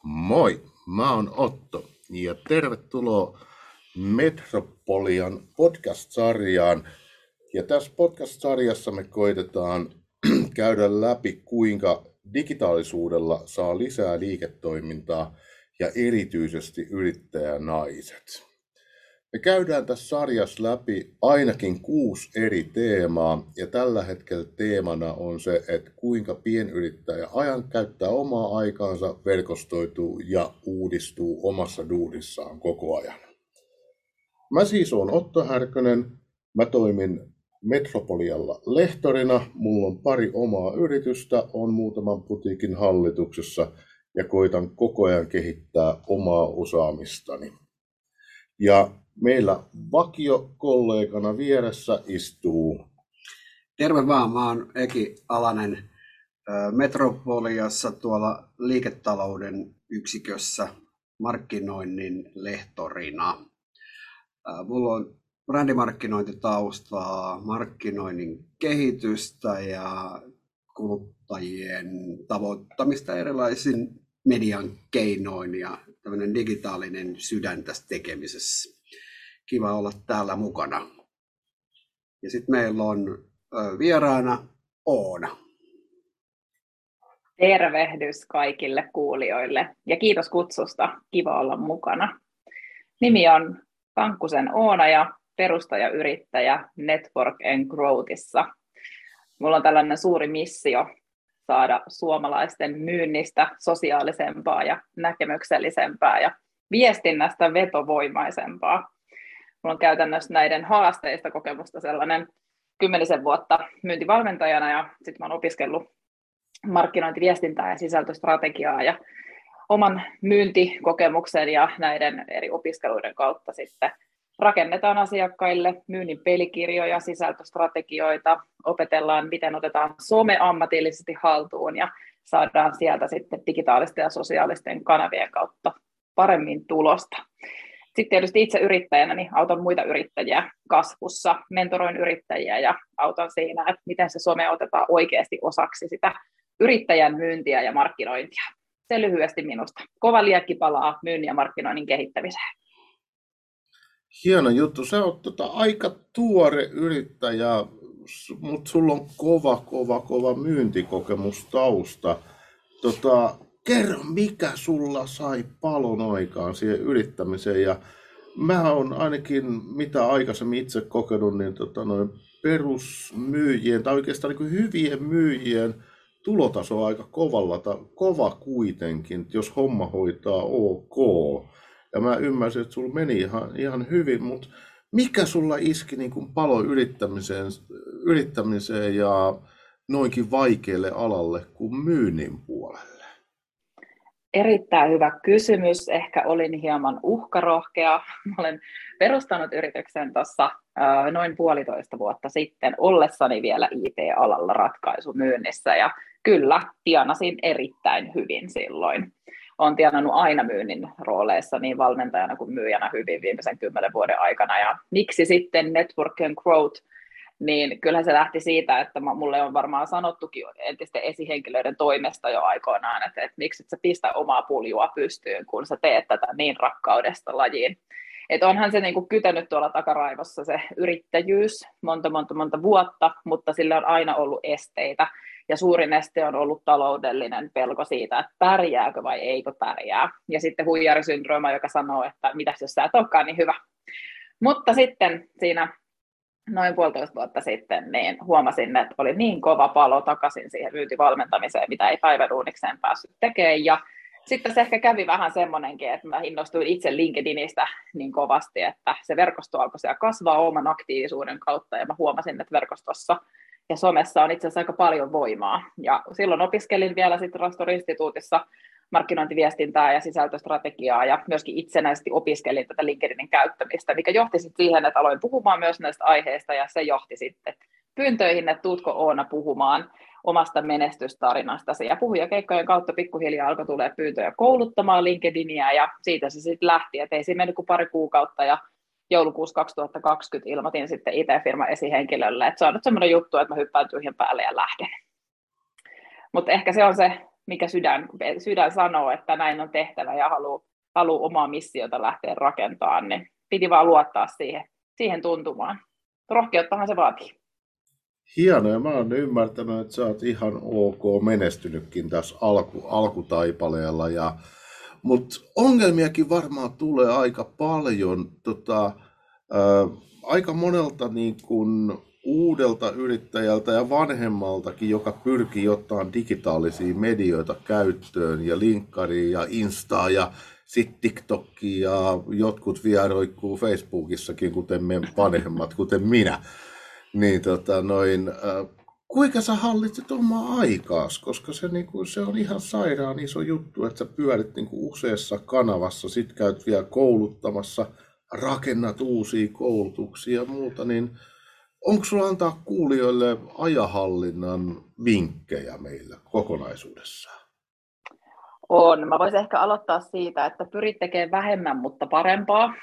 Moi, mä oon Otto ja tervetuloa Metropolian podcast-sarjaan. Ja tässä podcast-sarjassa me koitetaan käydä läpi, kuinka digitaalisuudella saa lisää liiketoimintaa ja erityisesti yrittäjänaiset. Me käydään tässä sarjassa läpi ainakin 6 eri teemaa ja tällä hetkellä teemana on se, että kuinka pienyrittäjä käyttää omaa aikaansa, verkostoituu ja uudistuu omassa duunissaan koko ajan. Mä siis oon Otto Härkönen, mä toimin Metropolialla lehtorina, mulla on pari omaa yritystä, on muutaman putiikin hallituksessa ja koitan koko ajan kehittää omaa osaamistani. Ja meillä vakiokollegana vieressä istuu. Terve vaan, mä oon Eki Alanen Metropoliassa tuolla liiketalouden yksikössä markkinoinnin lehtorina. Mulla on brändimarkkinointitaustaa, markkinoinnin kehitystä ja kuluttajien tavoittamista erilaisin median keinoin ja tämmöinen digitaalinen sydän tässä tekemisessä. Kiva olla täällä mukana. Ja sitten meillä on vieraana Oona. Tervehdys kaikille kuulijoille ja kiitos kutsusta. Kiva olla mukana. Nimi on Kankkusen Oona ja perustajayrittäjä Network & Growthissa. Mulla on tällainen suuri missio saada suomalaisten myynnistä sosiaalisempaa ja näkemyksellisempää ja viestinnästä vetovoimaisempaa. Mulla on käytännössä näiden haasteista kokemusta sellainen 10 vuotta myyntivalmentajana ja sitten mä oon opiskellut markkinointiviestintää ja sisältöstrategiaa ja oman myyntikokemuksen ja näiden eri opiskeluiden kautta sitten rakennetaan asiakkaille myynnin pelikirjoja, sisältöstrategioita, opetellaan, miten otetaan some ammatillisesti haltuun ja saadaan sieltä sitten digitaalisten ja sosiaalisten kanavien kautta paremmin tulosta. Sitten tietysti itse yrittäjänä niin autan muita yrittäjiä kasvussa, mentoroin yrittäjiä ja autan siinä, että miten se some otetaan oikeasti osaksi sitä yrittäjän myyntiä ja markkinointia. Se lyhyesti minusta. Kova liekki palaa myynnin ja markkinoinnin kehittämiseen. Hieno juttu. Sä oot aika tuore yrittäjä, mutta sulla on kova myyntikokemus-tausta. Kerro, mikä sulla sai palon aikaan siihen yrittämiseen? Ja mä oon ainakin, mitä aikaisemmin itse kokenut, niin perusmyyjien tai oikeastaan niin hyvien myyjien tulotaso on aika kova kuitenkin, jos homma hoitaa ok. Ja mä ymmärsin, että sulla meni ihan hyvin, mutta mikä sulla iski niin kuin palo yrittämiseen ja noinkin vaikealle alalle kuin myynnin puolelle? Erittäin hyvä kysymys. Ehkä olin hieman uhkarohkea. Mä olen perustanut yrityksen tuossa noin 1,5 vuotta sitten ollessani vielä IT-alalla ratkaisumyynnissä. Ja kyllä, tienasin erittäin hyvin silloin. Olen tienannut aina myynnin rooleissa niin valmentajana kuin myyjänä hyvin viimeisen 10 vuoden aikana. Ja miksi sitten Network & Growth? Niin kyllähän se lähti siitä, että mulle on varmaan sanottukin entisten esihenkilöiden toimesta jo aikoinaan, että miksi et sä pistä omaa puljua pystyyn, kun sä teet tätä niin rakkaudesta lajiin. Että onhan se niinku kytänyt tuolla takaraivossa se yrittäjyys monta vuotta, mutta sillä on aina ollut esteitä. Ja suurin este on ollut taloudellinen pelko siitä, että pärjääkö vai eikö pärjää. Ja sitten huijarisyndrooma, joka sanoo, että mitäs jos sä et olekaan niin hyvä. Mutta sitten siinä noin 1,5 vuotta sitten niin huomasin, että oli niin kova palo takaisin siihen myyntivalmentamiseen, mitä ei päiväduunikseen päässyt tekemään. Ja sitten se ehkä kävi vähän semmoinenkin, että mä innostuin itse LinkedInistä niin kovasti, että se verkosto alkoi siellä kasvaa oman aktiivisuuden kautta. Ja mä huomasin, että verkostossa ja somessa on itse asiassa aika paljon voimaa. Ja silloin opiskelin vielä sitten Rastori-instituutissa markkinointiviestintää ja sisältöstrategiaa ja myöskin itsenäisesti opiskelin tätä LinkedInin käyttämistä, mikä johti sitten siihen, että aloin puhumaan myös näistä aiheista ja se johti sitten pyyntöihin, että tuutko Oona puhumaan omasta menestystarinastasi. Ja puhujakeikkojen kautta pikkuhiljaa alkoi tulee pyyntöjä kouluttamaan LinkedInia ja siitä se sitten lähti, että ei siinä mennyt kuin pari kuukautta ja joulukuussa 2020 ilmoitin sitten IT-firman esihenkilölle, että se on nyt semmoinen juttu, että mä hyppään tyhjän päälle ja lähden. Mutta ehkä se on se mikä sydän sanoo, että näin on tehtävä ja haluaa omaa missiota lähteä rakentamaan, niin piti vaan luottaa siihen tuntumaan. Rohkeuttahan se vaatii. Hienoa, mä oon ymmärtänyt, että sä oot ihan ok menestynytkin tässä alkutaipaleella, mutta ongelmiakin varmaan tulee aika paljon. Aika monelta niin kun uudelta yrittäjältä ja vanhemmaltakin, joka pyrkii ottamaan digitaalisia medioita käyttöön ja linkkaria ja Instaa ja sitten TikTokia ja jotkut vielä roikkuu Facebookissakin, kuten me vanhemmat, kuten minä. Niin, kuinka sä hallitset omaa aikaas, koska se on ihan sairaan iso juttu, että sä pyörit useassa kanavassa, sit käyt vielä kouluttamassa, rakennat uusia koulutuksia ja muuta, niin onko sulla antaa kuulijoille ajanhallinnan vinkkejä meillä kokonaisuudessaan? On. Mä voisin ehkä aloittaa siitä, että pyrit tekemään vähemmän, mutta parempaa.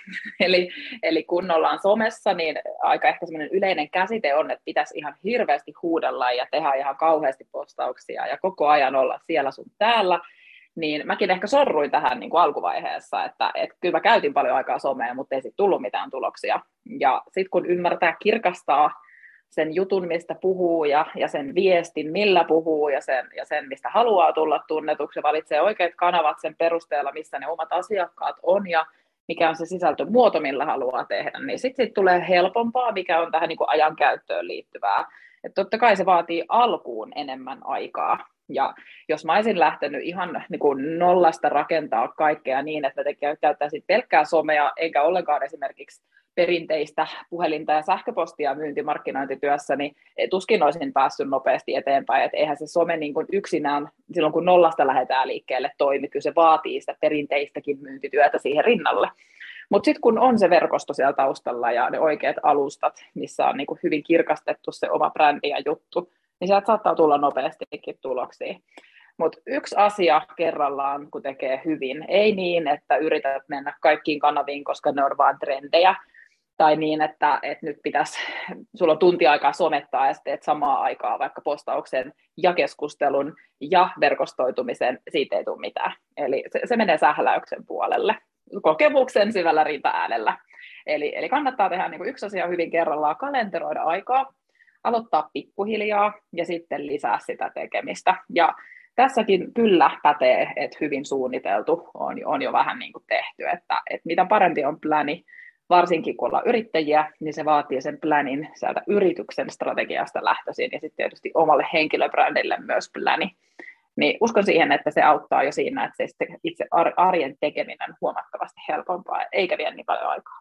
Eli kun ollaan somessa, niin aika ehkä semmoinen yleinen käsite on, että pitäisi ihan hirveästi huudella ja tehdä ihan kauheasti postauksia ja koko ajan olla siellä sun täällä. Niin mäkin ehkä sorruin tähän niin kuin alkuvaiheessa, että kyllä mä käytin paljon aikaa someen, mutta ei sitten tullut mitään tuloksia. Ja sitten kun ymmärtää kirkastaa sen jutun, mistä puhuu ja sen viestin, millä puhuu ja sen, mistä haluaa tulla tunnetuksi, valitsee oikeat kanavat sen perusteella, missä ne omat asiakkaat on ja mikä on se sisältömuoto, millä haluaa tehdä, niin sitten tulee helpompaa, mikä on tähän niin kuin ajankäyttöön liittyvää. Et totta kai se vaatii alkuun enemmän aikaa. Ja jos mä olisin lähtenyt ihan niin kuin nollasta rakentaa kaikkea niin, että mä käyttäisin pelkkää somea, eikä ollenkaan esimerkiksi perinteistä puhelinta ja sähköpostia myyntimarkkinointityössä, niin tuskin olisin päässyt nopeasti eteenpäin. Et eihän se some niin kuin yksinään, silloin kun nollasta lähdetään liikkeelle toimi, kyllä se vaatii sitä perinteistäkin myyntityötä siihen rinnalle. Mutta sitten kun on se verkosto siellä taustalla ja ne oikeat alustat, missä on niin kuin hyvin kirkastettu se oma brändi ja juttu, niin sieltä saattaa tulla nopeastikin tuloksia. Mutta yksi asia kerrallaan, kun tekee hyvin, ei niin, että yrität mennä kaikkiin kanaviin, koska ne on vaan trendejä, tai niin, että nyt pitäisi, sulla on tunti aikaa somettaa ja sitten samaa aikaa vaikka postauksen ja keskustelun ja verkostoitumisen, siitä ei tule mitään. Eli se menee sähläyksen puolelle, kokemuksen syvällä rinta-äänellä. Eli kannattaa tehdä niin kuin yksi asia hyvin kerrallaan, kalenteroida aikaa, aloittaa pikkuhiljaa ja sitten lisää sitä tekemistä. Ja tässäkin kyllä pätee, että hyvin suunniteltu on jo vähän niin kuin tehty, että mitä parempi on pläni, varsinkin kun ollaan yrittäjiä, niin se vaatii sen plänin sieltä yrityksen strategiasta lähtöisin ja sitten tietysti omalle henkilöbrändille myös pläni. Niin uskon siihen, että se auttaa jo siinä, että se itse arjen tekeminen on huomattavasti helpompaa, eikä vie niin paljon aikaa.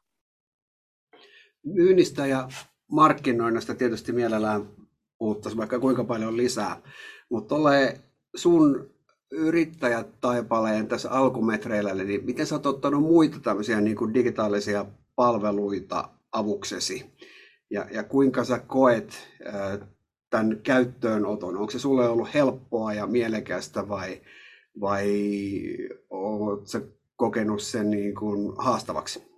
Myynnistä ja markkinoinnista tietysti mielellään puhuttaisiin vaikka kuinka paljon lisää, mutta ole sun yrittäjätaipaleen tässä alkumetreillä, niin miten sä oot ottanut muita tämmöisiä niin kuin digitaalisia palveluita avuksesi ja kuinka sä koet tämän käyttöönoton? Onko se sulle ollut helppoa ja mielekästä vai oletko sä kokenut sen niin kuin haastavaksi?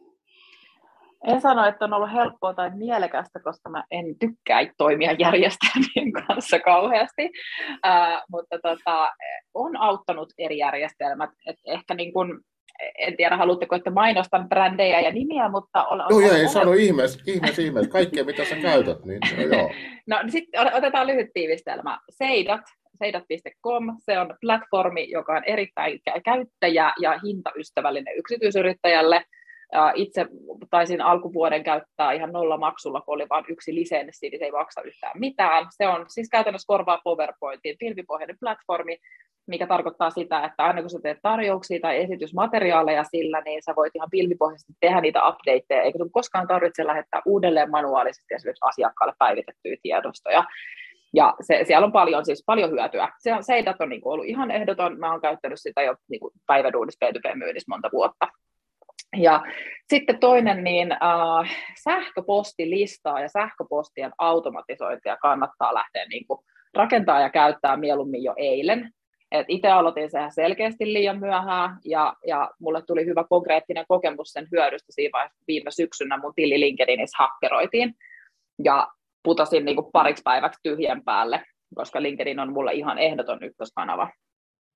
En sano, että on ollut helppoa tai mielekästä, koska mä en tykkää toimia järjestelmien kanssa kauheasti, mutta on auttanut eri järjestelmät. Et ehkä niin kun, en tiedä, haluatteko, että mainostan brändejä ja nimiä, mutta... Ei sano ihmeessä, kaikkea mitä sä käytät, niin joo. No sitten otetaan lyhyt tiivistelmä. Seidat.com, se on platformi, joka on erittäin käyttäjä- ja hintaystävällinen yksityisyrittäjälle. Itse taisin alkuvuoden käyttää ihan nollamaksulla, kun oli vain yksi lisenssi, niin se ei maksa yhtään mitään. Se on siis käytännössä korvaa PowerPointin pilvipohjainen platformi, mikä tarkoittaa sitä, että aina kun sä teet tarjouksia tai esitysmateriaaleja sillä, niin sä voit ihan pilvipohjaisesti tehdä niitä updateja, eikä sun koskaan tarvitse lähettää uudelleen manuaalisesti esimerkiksi asiakkaalle päivitettyjä tiedostoja. Ja siellä on paljon hyötyä. Seidat on niin kuin ollut ihan ehdoton, mä oon käyttänyt sitä jo niin kuin päiväduunissa B2B-myynnissä monta vuotta. Ja sitten toinen, niin sähköpostilistaa ja sähköpostien automatisointia kannattaa lähteä niin kuin rakentaa ja käyttää mieluummin jo eilen. Itse aloitin sehän selkeästi liian myöhään ja mulle tuli hyvä konkreettinen kokemus sen hyödystä siinä vaiheessa viime syksynä mun tili LinkedInissä hakkeroitiin ja putosin niin kuin pariksi päiväksi tyhjän päälle, koska LinkedIn on mulle ihan ehdoton ykköskanava.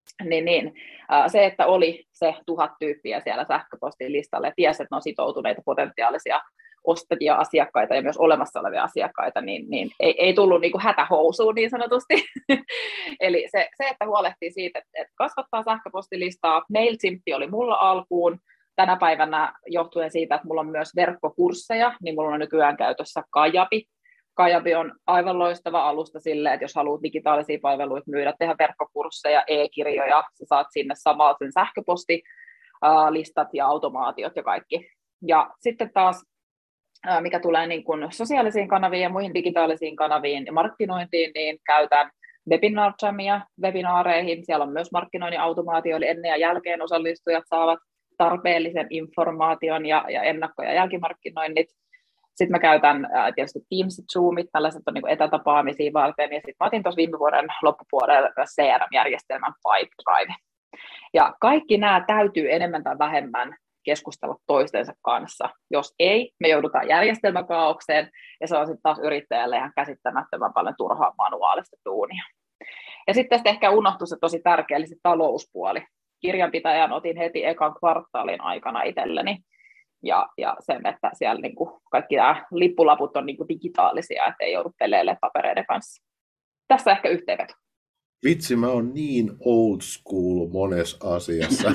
Se, että oli se 1000 tyyppiä siellä sähköpostilistalla ja tiesi, että ne on sitoutuneita potentiaalisia ostajia, asiakkaita ja myös olemassa olevia asiakkaita, niin ei tullut niin kuin hätähousuun niin sanotusti. Eli se, että huolehtii siitä, että kasvattaa sähköpostilistaa. MailChimp oli mulla alkuun. Tänä päivänä johtuen siitä, että mulla on myös verkkokursseja, niin mulla on nykyään käytössä Kajabi. Kajabi on aivan loistava alusta sille, että jos haluat digitaalisia palveluita myydä, tehdä verkkokursseja, e-kirjoja, sä saat sinne samalla sen sähköpostilistat ja automaatiot ja kaikki. Ja sitten taas, mikä tulee niin kuin sosiaalisiin kanaviin ja muihin digitaalisiin kanaviin ja markkinointiin, niin käytän Webinar Jamia webinaareihin. Siellä on myös markkinoinnin automaatio, eli ennen ja jälkeen osallistujat saavat tarpeellisen informaation ja ennakko- ja jälkimarkkinoinnit. Sitten mä käytän tietysti Teams, Zoomit, tällaiset on niin etätapaamisia varten, ja sitten mä otin tuossa viime vuoden loppupuolella CRM-järjestelmän Pipedrive. Ja kaikki nämä täytyy enemmän tai vähemmän keskustella toistensa kanssa. Jos ei, me joudutaan järjestelmäkaaukseen, ja se on sitten taas yrittäjälle ihan käsittämättömän paljon turhaa manuaalista duunia. Ja sitten tästä ehkä unohtui se tosi tärkeä, eli se talouspuoli. Kirjanpitäjän otin heti ekan kvartaalin aikana itselleni, ja sen, että siellä niin kuin kaikki nämä lippulaput on niin kuin digitaalisia, ettei joudu peleille papereiden kanssa. Tässä ehkä yhteenveto. Vitsi, mä oon niin old school monessa asiassa.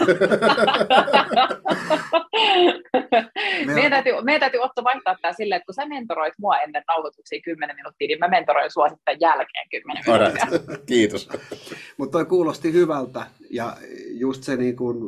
Meidän täytyy Otto vaihtaa tämä silleen, että kun sä mentoroit mua ennen nauhoituksia 10 minuuttia, niin mä mentoroin sua sitten jälkeen 10 minuuttia. Kiitos. Mutta toi kuulosti hyvältä, ja just se niin kuin,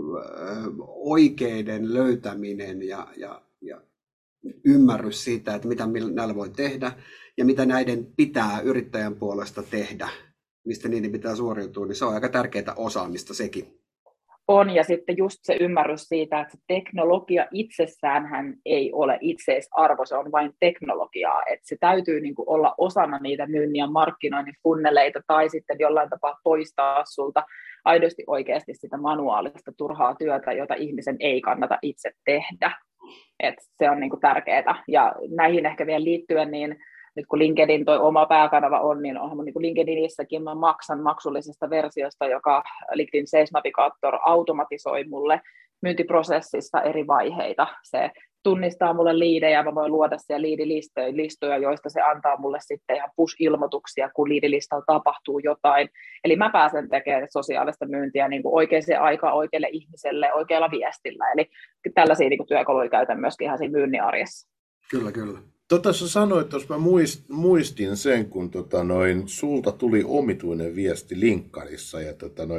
oikeiden löytäminen ja ymmärrys siitä, että mitä näillä voi tehdä ja mitä näiden pitää yrittäjän puolesta tehdä, mistä niiden pitää suoriutua, niin se on aika tärkeää osaamista sekin. On, ja sitten just se ymmärrys siitä, että teknologia itsessäänhän ei ole itseisarvo, se on vain teknologiaa, että se täytyy niin kuin olla osana niitä myynnin ja markkinoinnin funneleita tai sitten jollain tapaa poistaa sulta aidosti oikeasti sitä manuaalista turhaa työtä, jota ihmisen ei kannata itse tehdä. että se on niin kuin tärkeää, ja näihin ehkä vielä liittyen, niin nyt kun LinkedIn toi oma pääkanava on, niin onhan niin kuin LinkedInissäkin mä maksan maksullisesta versiosta, joka LinkedIn Sales Navigator automatisoi mulle myyntiprosessissa eri vaiheita. Se tunnistaa mulle liidejä, mä voin luoda siellä liidilistoja, joista se antaa mulle sitten ihan push-ilmoituksia, kun liidilistalla tapahtuu jotain. Eli mä pääsen tekemään sosiaalista myyntiä niin kuin oikeaan aikaan oikealle ihmiselle oikealla viestillä. Eli tällaisia niin kuin työkaluja käytän myöskin ihan siinä myynnin arjessa. Kyllä, kyllä. Sä sanoit, että mä muistin sen, kun sulta tuli omituinen viesti linkkarissa. Ja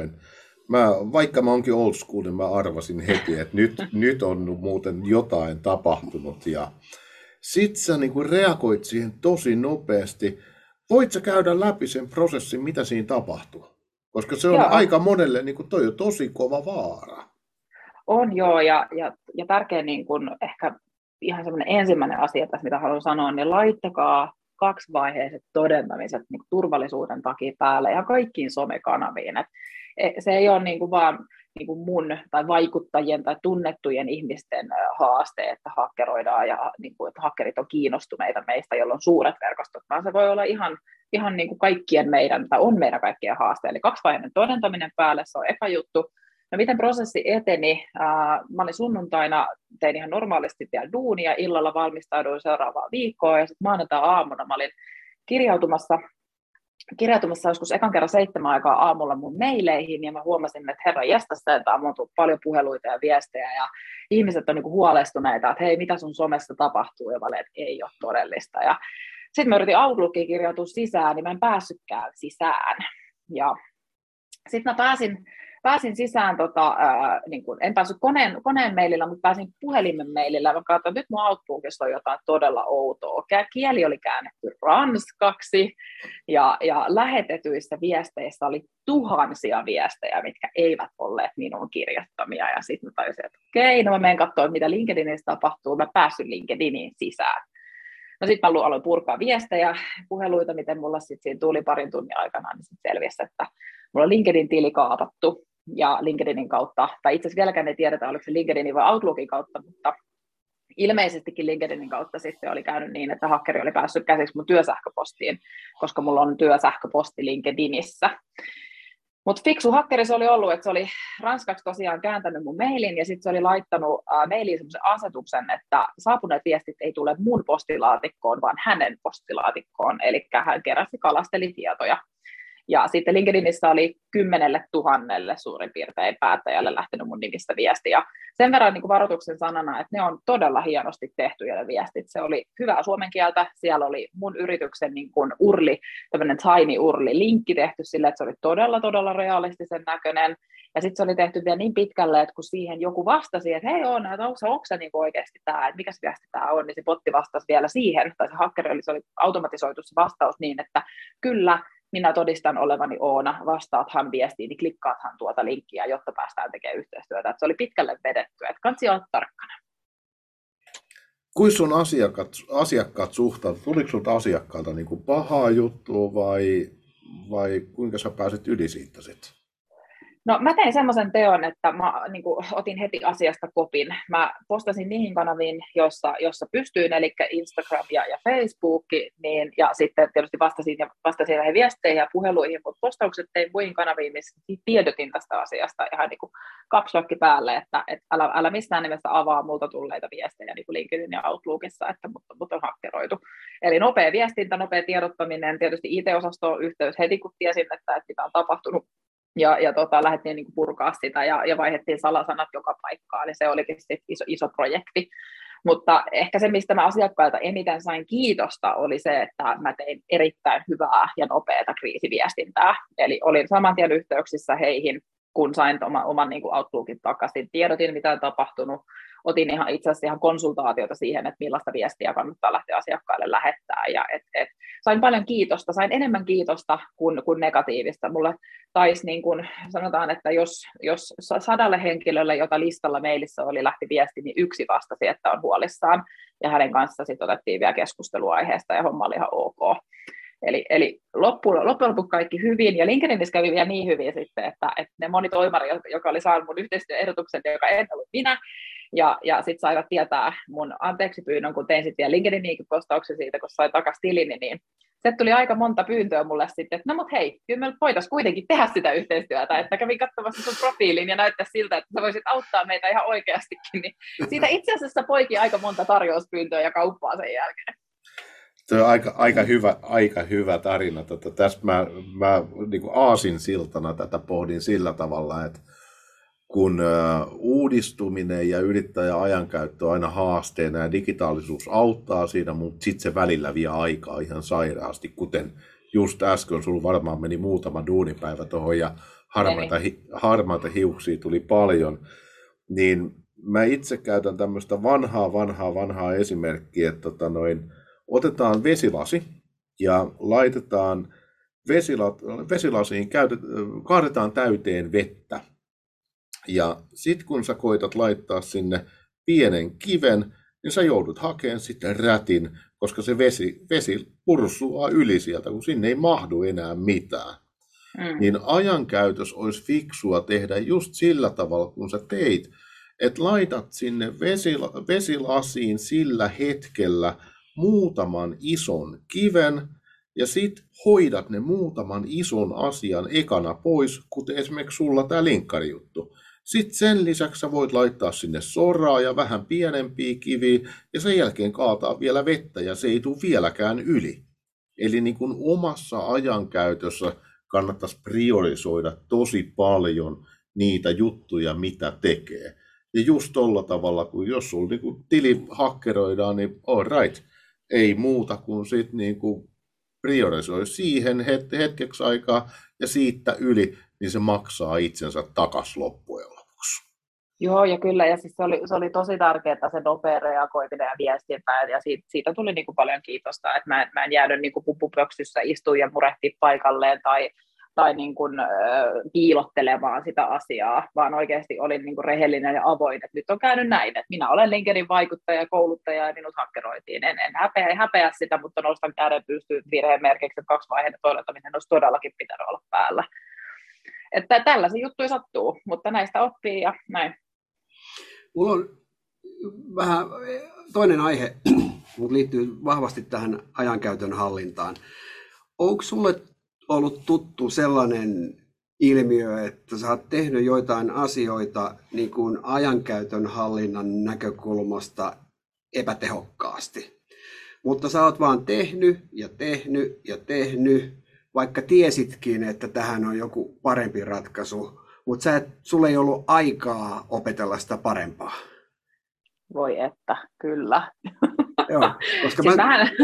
vaikka mä oonkin old school, niin mä arvasin heti, että nyt on muuten jotain tapahtunut. Ja sit sä niin kuin reagoit siihen tosi nopeasti. Voit sä käydä läpi sen prosessin, mitä siinä tapahtuu? Koska se on aika monelle, niin kuin toi on tosi kova vaara. On joo, ja tärkeä niin kuin ehkä ihan semmoinen ensimmäinen asia tässä, mitä haluan sanoa, niin laittakaa kaksivaiheiset todentamiset niin kuin turvallisuuden takia päälle ja kaikkiin somekanaviin. Se ei ole niin kuin vaan niin kuin mun tai vaikuttajien tai tunnettujen ihmisten haaste, että hakkeroidaan ja niin kuin, että hakkerit on kiinnostuneita meistä, jolla on suuret verkostot, vaan se voi olla ihan niin kuin kaikkien meidän, tai on meidän kaikkien haaste. Eli kaksivaiheinen todentaminen päälle, se on eka juttu. No miten prosessi eteni? Mä olin sunnuntaina, tein ihan normaalisti vielä duunia, illalla valmistauduin seuraavaan viikkoon, ja sitten maanantai-aamuna mä olin kirjautumassa joskus ekan kerran 7 aikaa aamulla mun maileihin, ja mä huomasin, että herra jästästä, että on tullut paljon puheluita ja viestejä, ja ihmiset on niin kuin huolestuneita, että hei, mitä sun somessa tapahtuu, ja että ei ole todellista. Ja sitten mä yritin Outlookiin kirjautua sisään, niin mä en päässytkään sisään. Ja sitten mä pääsin sisään, niin kuin, en päässyt koneen maililla, mutta pääsin puhelimen maililla. Mä katsoin, että nyt mun Outlookissa on jotain todella outoa. Kieli oli käännetty ranskaksi, ja lähetetyissä viesteissä oli tuhansia viestejä, mitkä eivät olleet minun kirjoittamia. Ja sitten mä tajusin, että okei, no mä menen katsomaan, mitä LinkedInissä tapahtuu. Mä päässyt LinkedIniin sisään. No sitten mä aloin purkaa viestejä, puheluita, miten mulla sitten siinä tuli parin tunnin aikana, niin sitten selvisi, että mulla on LinkedIn-tili kaapattu, ja LinkedInin kautta, tai itse asiassa vieläkään ei tiedetä, oliko se LinkedInin vai Outlookin kautta, mutta ilmeisestikin LinkedInin kautta sitten oli käynyt niin, että hakkeri oli päässyt käsiksi mun työsähköpostiin, koska mulla on työsähköposti LinkedInissä. Mutta fiksu hakkeri se oli ollut, että se oli ranskaksi tosiaan kääntänyt mun mailin ja sitten se oli laittanut mailiin semmoisen asetuksen, että saapuneet viestit ei tule mun postilaatikkoon, vaan hänen postilaatikkoon. Eli hän keräsi, kalasteli tietoja. Ja sitten LinkedInissä oli 10 000 suurin piirtein päättäjälle lähtenyt mun nimistä viesti. Ja sen verran niin kuin varoituksen sanana, että ne on todella hienosti tehtyjä ne viestit. Se oli hyvää suomen kieltä. Siellä oli mun yrityksen niin kuin URLi, tämmöinen tiny URLi, linkki tehty sille, että se oli todella, todella realistisen näköinen. Ja sitten se oli tehty vielä niin pitkälle, että kun siihen joku vastasi, että hei Oona, että onko se niin oikeasti tämä, että mikä se viesti tämä on, niin se botti vastasi vielä siihen, tai se hakkeri se oli automatisoitu se vastaus niin, että kyllä, minä todistan olevani Oona, vastaathan viestiin, niin klikkaathan tuota linkkiä, jotta päästään tekemään yhteistyötä. Että se oli pitkälle vedetty, että kannattaa olla tarkkana. Kuinka sun asiakkaat suhtautuivat? Tuliko sinulta asiakkaalta niin kuin pahaa juttua vai kuinka sä pääsit yli siitä sitten? No mä tein semmoisen teon, että mä niin kuin, otin heti asiasta kopin. Mä postasin niihin kanaviin, jossa pystyin, eli Instagram ja Facebook, niin, ja sitten tietysti vastasin näihin viesteihin ja puheluihin, mutta postaukset tein muihin kanaviin, missä tiedotin tästä asiasta ihan niin kuin kapslokki päälle, että älä missään nimessä avaa multa tulleita viestejä niin kuin LinkedIn ja Outlookissa, että mut on hakkeroitu. Eli nopea viestintä, nopea tiedottaminen, tietysti IT-osastoon yhteys heti, kun tiesin, että mitä on tapahtunut. Ja lähdettiin niin kuin purkaa sitä ja vaihdettiin salasanat joka paikkaan, niin se olikin iso projekti. Mutta ehkä se, mistä mä asiakkailta eniten sain kiitosta, oli se, että mä tein erittäin hyvää ja nopeata kriisiviestintää. Eli olin saman tien yhteyksissä heihin, kun sain oman niin kuin Outlookin takaisin, tiedotin, mitä on tapahtunut. Otin itse asiassa ihan konsultaatiota siihen, että millaista viestiä kannattaa lähteä asiakkaille lähettää. Ja sain paljon kiitosta, sain enemmän kiitosta kuin negatiivista. Mulle taisi niin kuin sanotaan, että jos 100 henkilölle, jota listalla mailissa oli, lähti viesti, niin yksi vastasi, että on huolissaan. Ja hänen kanssaan sitten otettiin vielä keskustelua aiheesta ja homma oli ihan ok. Eli loppujen lopuksi kaikki hyvin, ja LinkedInissä kävi vielä niin hyvin sitten, että ne moni toimari, joka oli saanut mun yhteistyöehdotuksen, joka en ollut minä, ja sitten saivat tietää mun anteeksipyynnön, kun tein sitten vielä LinkedIniinkin postauksen siitä, kun sain takaisin tilini, niin se tuli aika monta pyyntöä mulle sitten, että no mut hei, kyllä me voitaisiin kuitenkin tehdä sitä yhteistyötä, että kävin katsomassa sun profiilin ja näyttää siltä, että sä voisit auttaa meitä ihan oikeastikin, niin siitä itse asiassa poiki aika monta tarjouspyyntöä ja kauppaa sen jälkeen. Se on aika hyvä tarina. Tässä mä niin kuin aasinsiltana tätä pohdin sillä tavalla, että kun uudistuminen ja yrittäjän ajankäyttö on aina haasteena ja digitaalisuus auttaa siinä, mutta sitten se välillä vie aikaa ihan sairaasti, kuten just äsken sulla varmaan meni muutama duunipäivä tuohon ja harmaita hiuksia tuli paljon, niin mä itse käytän tämmöistä vanhaa esimerkkiä, että otetaan vesilasi ja laitetaan vesilasiin, kaadetaan täyteen vettä. Ja sitten kun sä koitat laittaa sinne pienen kiven, niin sä joudut hakemaan sitten rätin, koska se vesi pursuaa yli sieltä, kun sinne ei mahdu enää mitään. Niin ajankäytös olisi fiksua tehdä just sillä tavalla, kun sä teit, että laitat sinne vesilasiin sillä hetkellä muutaman ison kiven, ja sitten hoidat ne muutaman ison asian ekana pois, kuten esimerkiksi sulla tämä linkkarijuttu. Sitten sen lisäksi sä voit laittaa sinne soraa ja vähän pienempiä kiviä, ja sen jälkeen kaataa vielä vettä, ja se ei tule vieläkään yli. Eli niin kuin omassa ajankäytössä kannattaisi priorisoida tosi paljon niitä juttuja, mitä tekee. Ja just tolla tavalla, kun jos sulla niin tili hakkeroidaan, niin all right, ei muuta kuin sitten niin kuin priorisoi siihen hetkeksi aikaa ja siitä yli, niin se maksaa itsensä takaisin loppujen lopuksi. Joo, ja kyllä, ja siis se oli tosi tärkeää se nopea reagoiminen ja viestintä, ja siitä tuli niin kuin paljon kiitosta, että mä en jäänyt niin kuin pupupöksyssä istumaan ja murehtia paikalleen tai niin kuin, piilottelemaan sitä asiaa, vaan oikeasti olin niin kuin rehellinen ja avoin, että nyt on käynyt näin, että minä olen LinkedIn vaikuttaja ja kouluttaja ja minut hakkeroitiin. En häpeä sitä, mutta nostan käden pystyyn virheen merkiksi, että 2-vaiheinen todentaminen olisi todellakin pitänyt olla päällä. Että tällaisia juttuja sattuu, mutta näistä oppii ja näin. Mulla on vähän toinen aihe, mutta liittyy vahvasti tähän ajankäytön hallintaan. Onko sulle ollut tuttu sellainen ilmiö, että sä oot tehnyt joitain asioita niin kuin ajankäytön hallinnan näkökulmasta epätehokkaasti. Mutta sä oot vaan tehnyt, vaikka tiesitkin, että tähän on joku parempi ratkaisu, mutta sulla ei ollut aikaa opetella sitä parempaa. Voi että, kyllä. Joo, koska Siis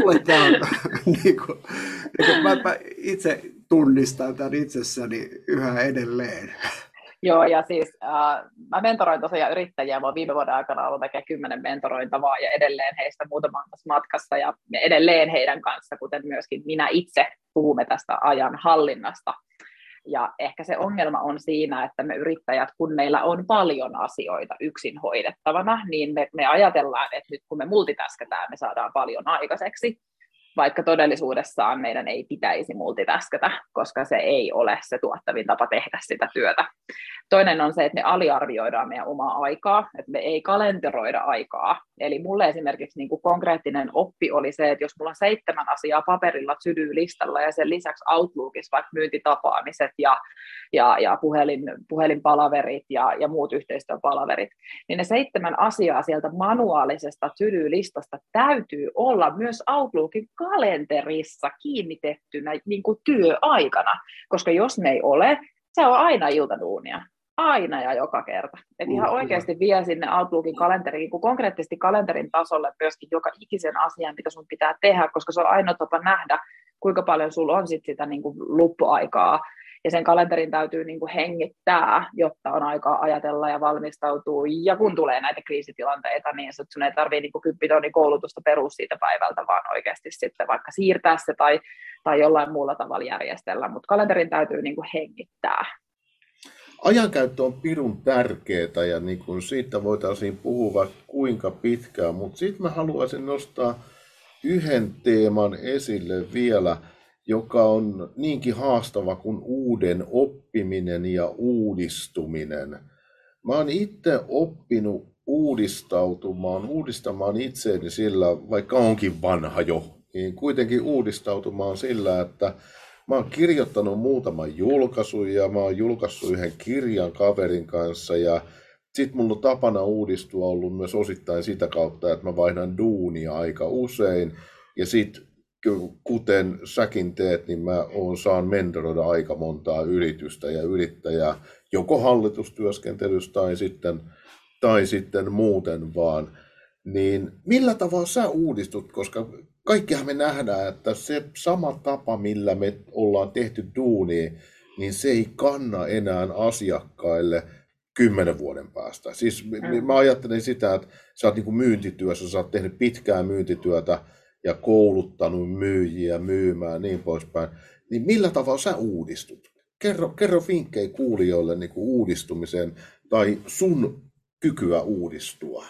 mä itse tunnistan tämän itsessäni yhä edelleen. Joo, ja siis mä mentoroin tosiaan yrittäjiä, mä oon viime vuoden aikana ollut tekemään 10 mentorointavaa ja edelleen heistä muutaman matkassa ja edelleen heidän kanssa, kuten myöskin minä itse puhumme tästä ajan hallinnasta. Ja ehkä se ongelma on siinä, että me yrittäjät, kun meillä on paljon asioita yksin hoidettavana, niin me ajatellaan, että nyt kun me multitaskataan, me saadaan paljon aikaiseksi, vaikka todellisuudessaan meidän ei pitäisi multitaskata, koska se ei ole se tuottavin tapa tehdä sitä työtä. Toinen on se, että me aliarvioidaan meidän omaa aikaa, että me ei kalenteroida aikaa. Eli mulle esimerkiksi niin kuin konkreettinen oppi oli se, että jos mulla on 7 asiaa paperilla to-do-listalla ja sen lisäksi Outlookissa vaikka myyntitapaamiset ja puhelinpalaverit ja muut yhteistyöpalaverit, niin ne 7 asiaa sieltä manuaalisesta to-do-listasta täytyy olla myös Outlookin kalenterissa kiinnitettynä niin kuin työaikana, koska jos ne ei ole, se on aina iltaduunia. Aina ja joka kerta. Että ihan oikeasti vie sinne Outlookin kalenteriin, kun konkreettisesti kalenterin tasolle myöskin joka ikisen asian, mitä sun pitää tehdä, koska se on ainoa tapa nähdä, kuinka paljon sulla on sitä niin kuin luppuaikaa. Ja sen kalenterin täytyy niin kuin hengittää, jotta on aikaa ajatella ja valmistautua. Ja kun tulee näitä kriisitilanteita, niin sun ei tarvitse niin kuin 10 tonnin koulutusta perus siitä päivältä, vaan oikeasti sitten vaikka siirtää se tai jollain muulla tavalla järjestellä. Mutta kalenterin täytyy niin kuin hengittää. Ajankäyttö on pirun tärkeää ja niin kuin siitä voitaisiin puhua kuinka pitkään, mutta sitten mä haluaisin nostaa yhden teeman esille vielä, joka on niinkin haastava kuin uuden oppiminen ja uudistuminen. Mä oon itse oppinut uudistamaan itseäni sillä, vaikka onkin vanha jo, niin kuitenkin uudistautumaan sillä, että mä oon kirjoittanut muutaman julkaisun ja mä oon julkaissut yhden kirjan kaverin kanssa ja sit mulla on tapana uudistua ollut myös osittain sitä kautta, että mä vaihdan duunia aika usein ja sit kuten säkin teet, niin mä saan mentoroida aika montaa yritystä ja yrittäjää joko hallitustyöskentelyssä tai sitten muuten vaan. Niin millä tavalla sä uudistut, koska kaikkihan me nähdään, että se sama tapa, millä me ollaan tehty duunia, niin se ei kanna enää asiakkaille 10 vuoden päästä. Siis mä ajattelen sitä, että sä oot niin kuin myyntityössä, sä oot tehnyt pitkää myyntityötä ja kouluttanut myyjiä myymään niin poispäin. Niin millä tavalla sä uudistut? Kerro vinkkejä kuulijoille niin kuin uudistumiseen tai sun kykyä uudistua.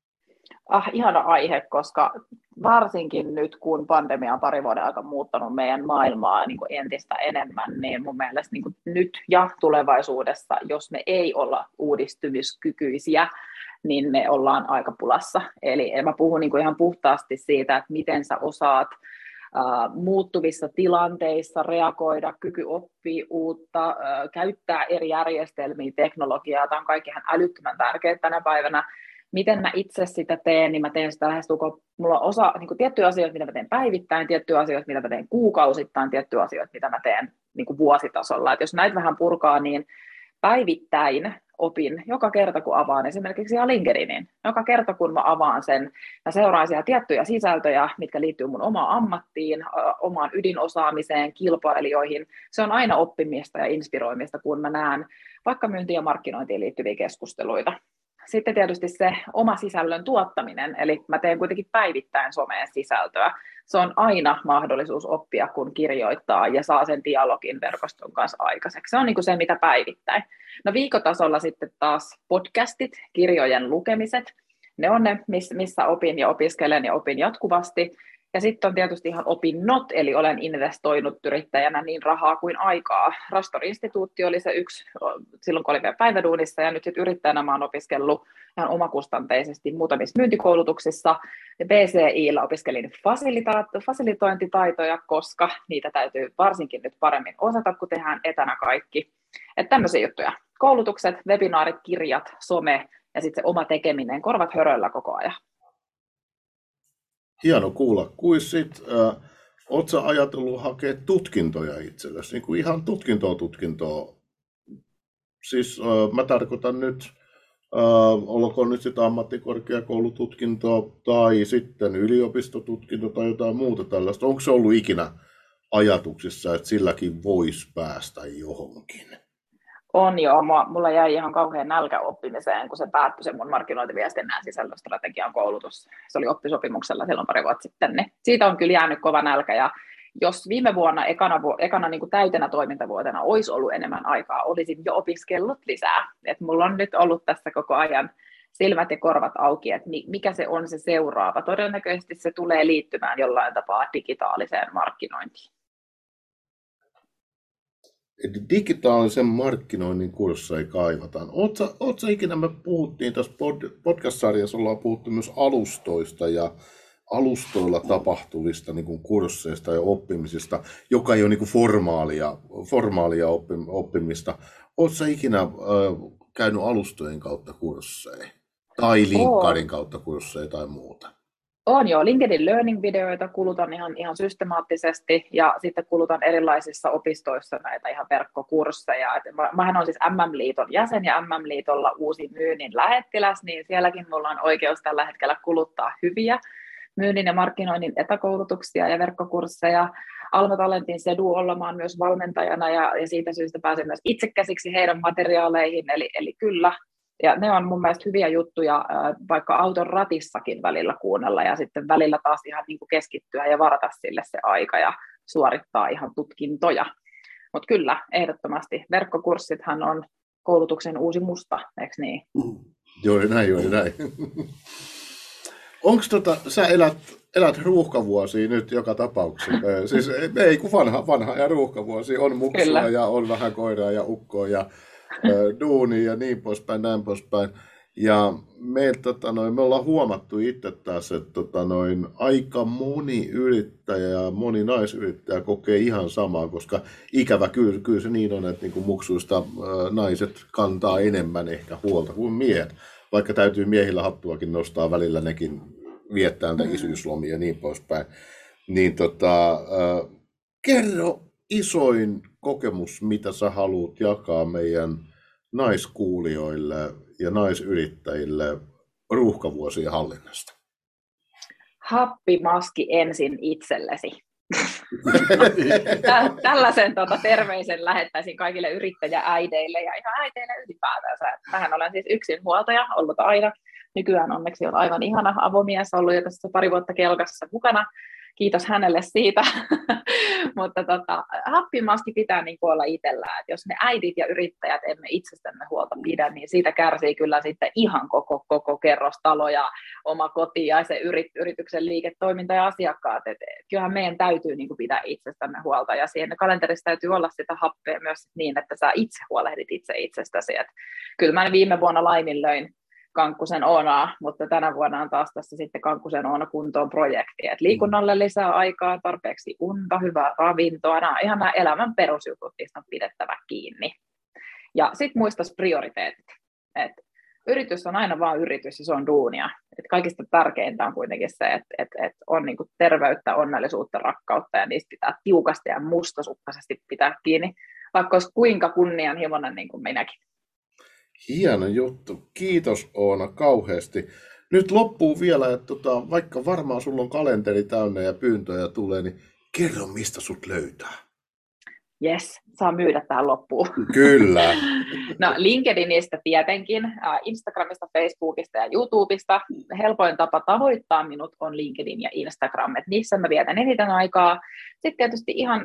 Ihana aihe, koska varsinkin nyt, kun pandemia on 2 vuoden aikana muuttanut meidän maailmaa niin kuin entistä enemmän, niin mun mielestä niin kuin nyt ja tulevaisuudessa, jos me ei olla uudistumiskykyisiä, niin me ollaan aika pulassa. Eli mä puhun niin kuin ihan puhtaasti siitä, että miten sä osaat muuttuvissa tilanteissa reagoida, kyky oppia uutta, käyttää eri järjestelmiä, teknologiaa. Tämä on kaikkihan älyttömän tärkeää tänä päivänä. Miten mä itse sitä teen, niin mä teen sitä lähestulkoon, mulla on osa niin kuin tiettyjä asioita, mitä mä teen päivittäin, tiettyjä asioita, mitä mä teen kuukausittain, tiettyjä asioita, mitä mä teen niin kuin vuositasolla. Et jos näitä vähän purkaa, niin päivittäin opin joka kerta, kun avaan esimerkiksi LinkedInin. Joka kerta, kun mä avaan sen, mä seuraan siellä tiettyjä sisältöjä, mitkä liittyy mun omaan ammattiin, omaan ydinosaamiseen, kilpailijoihin. Se on aina oppimista ja inspiroimista, kun mä näen vaikka myyntiin ja markkinointiin liittyviä keskusteluita. Sitten tietysti se oma sisällön tuottaminen, eli mä teen kuitenkin päivittäin someen sisältöä. Se on aina mahdollisuus oppia, kun kirjoittaa ja saa sen dialogin verkoston kanssa aikaiseksi. Se on niin kuin se, mitä päivittäin. No viikotasolla sitten taas podcastit, kirjojen lukemiset. Ne on ne, missä opin ja opiskelen ja opin jatkuvasti. Ja sitten on tietysti ihan opinnot, eli olen investoinut yrittäjänä niin rahaa kuin aikaa. Rastori-instituutti oli se yksi, silloin kun olin vielä päiväduunissa, ja nyt sitten yrittäjänä mä oon opiskellut ihan omakustanteisesti muutamissa myyntikoulutuksissa. Ja BCI:llä opiskelin fasilitointitaitoja, koska niitä täytyy varsinkin nyt paremmin osata, kun tehdään etänä kaikki. Että tämmöisiä juttuja. Koulutukset, webinaarit, kirjat, some ja sitten se oma tekeminen, korvat höröllä koko ajan. Hieno kuulla. Kuisit, ootko ajatellut hakea tutkintoja itsellesi? Niin kuin ihan tutkintoa. Siis mä tarkoitan nyt, olkoon nyt sitä ammattikorkeakoulututkintoa tai sitten yliopistotutkinto tai jotain muuta tällaista. Onko se ollut ikinä ajatuksissa, että silläkin voisi päästä johonkin? On joo, mulla jäi ihan kauhean nälkä oppimiseen, kun se päättyi se mun markkinointiviestinnän sisällöstrategian koulutus. Se oli oppisopimuksella silloin pari vuotta sitten, niin siitä on kyllä jäänyt kova nälkä. Ja jos viime vuonna ekana niin kuin täytenä toimintavuotena olisi ollut enemmän aikaa, olisin jo opiskellut lisää. Et mulla on nyt ollut tässä koko ajan silmät ja korvat auki, että mikä se on se seuraava. Todennäköisesti se tulee liittymään jollain tapaa digitaaliseen markkinointiin. Eli digitaalisen markkinoinnin kursseja kaivataan. Oletko ikinä, me puhuttiin tässä podcast-sarjassa, ollaan puhuttu myös alustoista ja alustoilla tapahtuvista niin kuin kursseista ja oppimisista, joka ei ole niin kuin formaalia oppimista. Oletko ikinä käynyt alustojen kautta kursseja? Tai linkkarin kautta kursseja tai muuta? On joo, LinkedIn Learning-videoita kulutan ihan systemaattisesti ja sitten kulutan erilaisissa opistoissa näitä ihan verkkokursseja. Mähän olen siis MM-liiton jäsen ja MM-liitolla uusi myynnin lähettiläs, niin sielläkin mulla on oikeus tällä hetkellä kuluttaa hyviä myynnin ja markkinoinnin etäkoulutuksia ja verkkokursseja. Alma Talentin Seduolla mä oon myös valmentajana ja siitä syystä pääsen myös itse käsiksi heidän materiaaleihin, eli kyllä. Ja ne on mun mielestä hyviä juttuja vaikka auton ratissakin välillä kuunnella ja sitten välillä taas ihan niin kuin keskittyä ja varata sille se aika ja suorittaa ihan tutkintoja. Mutta kyllä, ehdottomasti verkkokurssithan on koulutuksen uusi musta, eikö niin? Joo, näin. Onko sä elät ruuhkavuosia nyt joka tapauksessa? Siis ei kun vanha ja ruuhkavuosia, on muksua kyllä. Ja on vähän koiraa ja ukkoa ja duunia ja niin poispäin, näin poispäin. Ja me ollaan huomattu itse taas, että aika moni yrittäjä ja moni naisyrittäjä kokee ihan samaa, koska ikävä kyllä se niin on, että niin kuin muksuista naiset kantaa enemmän ehkä huolta kuin miehet. Vaikka täytyy miehillä hattuakin nostaa välillä, nekin viettää näitä isyyslomia ja niin poispäin. Niin kerro isoin kokemus, mitä sä haluat jakaa meidän naiskuulijoille ja naisyrittäjille ruuhkavuosien hallinnasta. Happimaski ensin itsellesi. Tällaisen terveisen lähettäisin kaikille yrittäjääideille ja ihan äiteille ylipäätänsä. Mähän olen siis yksinhuoltaja ollut aina. Nykyään onneksi on aivan ihana avomies ollut jo tässä pari vuotta kelkassa mukana. Kiitos hänelle siitä, mutta happimaski pitää niin olla itsellään, että jos me äidit ja yrittäjät emme itsestämme huolta pidä, niin siitä kärsii kyllä sitten ihan koko kerrostalo ja oma koti ja se yrityksen liiketoiminta ja asiakkaat, että kyllähän meidän täytyy niin pitää itsestämme huolta ja siinä kalenterissa täytyy olla sitä happea myös niin, että sä itse huolehdit itsestäsi, että kyllä mä viime vuonna laiminlöin Kankkusen Oonaa, mutta tänä vuonna on taas tässä sitten Kankkusen Oona kuntoon projekti, että liikunnalle lisää aikaa, tarpeeksi unta, hyvää ravintoa, nämä ihan nämä elämän perusjutut, niistä on pidettävä kiinni. Ja sitten muistaisi prioriteetit, että yritys on aina vain yritys ja se on duunia. Et kaikista tärkeintä on kuitenkin se, että on niinku terveyttä, onnellisuutta, rakkautta ja niistä pitää tiukasti ja mustasukkaisesti pitää kiinni, vaikka olisi kuinka kunnianhimoinen niin kuin minäkin. Hieno juttu. Kiitos Oona kauheasti. Nyt loppuu vielä, että vaikka varmaan sulla on kalenteri täynnä ja pyyntöjä tulee, niin kerro mistä sut löytää. Jes, saa myydä tähän loppuun. Kyllä. No LinkedInistä tietenkin, Instagramista, Facebookista ja YouTubesta. Helpoin tapa tavoittaa minut on LinkedIn ja Instagram, että niissä mä vietän eniten aikaa. Sitten tietysti ihan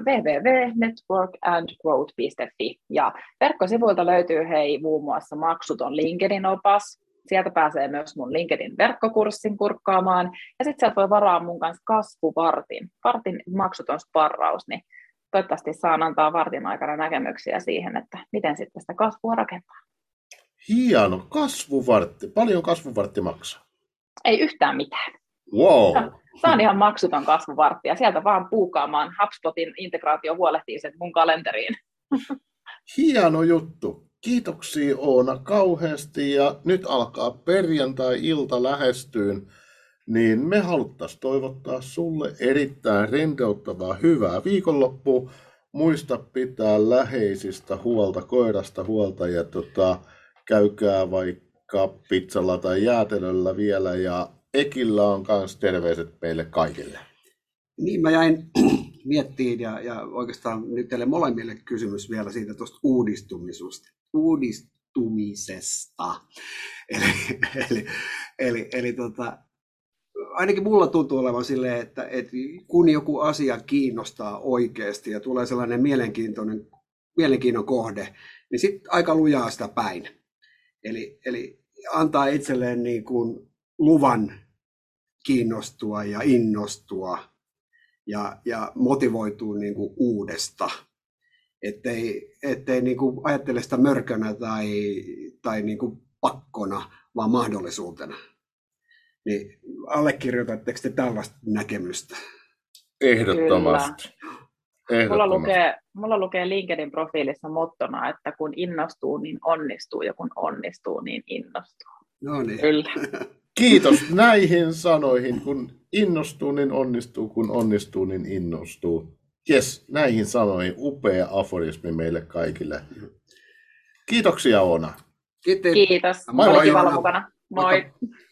www.networkandgrowth.fi ja verkkosivuilta löytyy muun muassa maksuton LinkedIn-opas. Sieltä pääsee myös mun LinkedIn-verkkokurssin kurkkaamaan ja sitten sieltä voi varaa mun kanssa kasvuvartin maksuton sparraus, niin toivottavasti saan antaa vartin aikana näkemyksiä siihen, että miten sitten sitä kasvua rakentaa. Hieno, kasvuvartti. Paljon kasvuvartti maksaa? Ei yhtään mitään. Wow. Saan ihan maksuton kasvuvartti ja sieltä vaan puukaamaan. HubSpotin integraatio huolehtii sen mun kalenteriin. Hieno juttu. Kiitoksia Oona kauheasti ja nyt alkaa perjantai-ilta lähestyyn, niin me haluttaisiin toivottaa sulle erittäin rentouttavaa hyvää viikonloppua. Muista pitää läheisistä huolta, koirasta huolta ja käykää vaikka pizzalla tai jäätelöllä vielä ja Ekillä on myös terveiset meille kaikille. Niin mä jäin miettiin ja oikeastaan nyt teille molemmille kysymys vielä siitä tuosta uudistumisesta. Eli ainakin mulla tuntuu olevan silleen, että kun joku asia kiinnostaa oikeasti ja tulee sellainen mielenkiinnon kohde, niin sitten aika lujaa sitä päin. Eli antaa itselleen niin kuin luvan kiinnostua ja innostua ja motivoituu niin kuin uudesta. Ettei niin kuin ajattele sitä mörkönä tai niin kuin pakkona, vaan mahdollisuutena. Niin allekirjoitatteko te tällaista näkemystä? Ehdottomasti. Mulla lukee LinkedIn-profiilissa mottona, että kun innostuu, niin onnistuu, ja kun onnistuu, niin innostuu. No niin. Kyllä. Kiitos näihin sanoihin. Kun innostuu, niin onnistuu. Kun onnistuu, niin innostuu. Jes, näihin sanoihin upea aforismi meille kaikille. Kiitoksia Oona. Kiitos. Moi, Oli kiva olla mukana. Moi.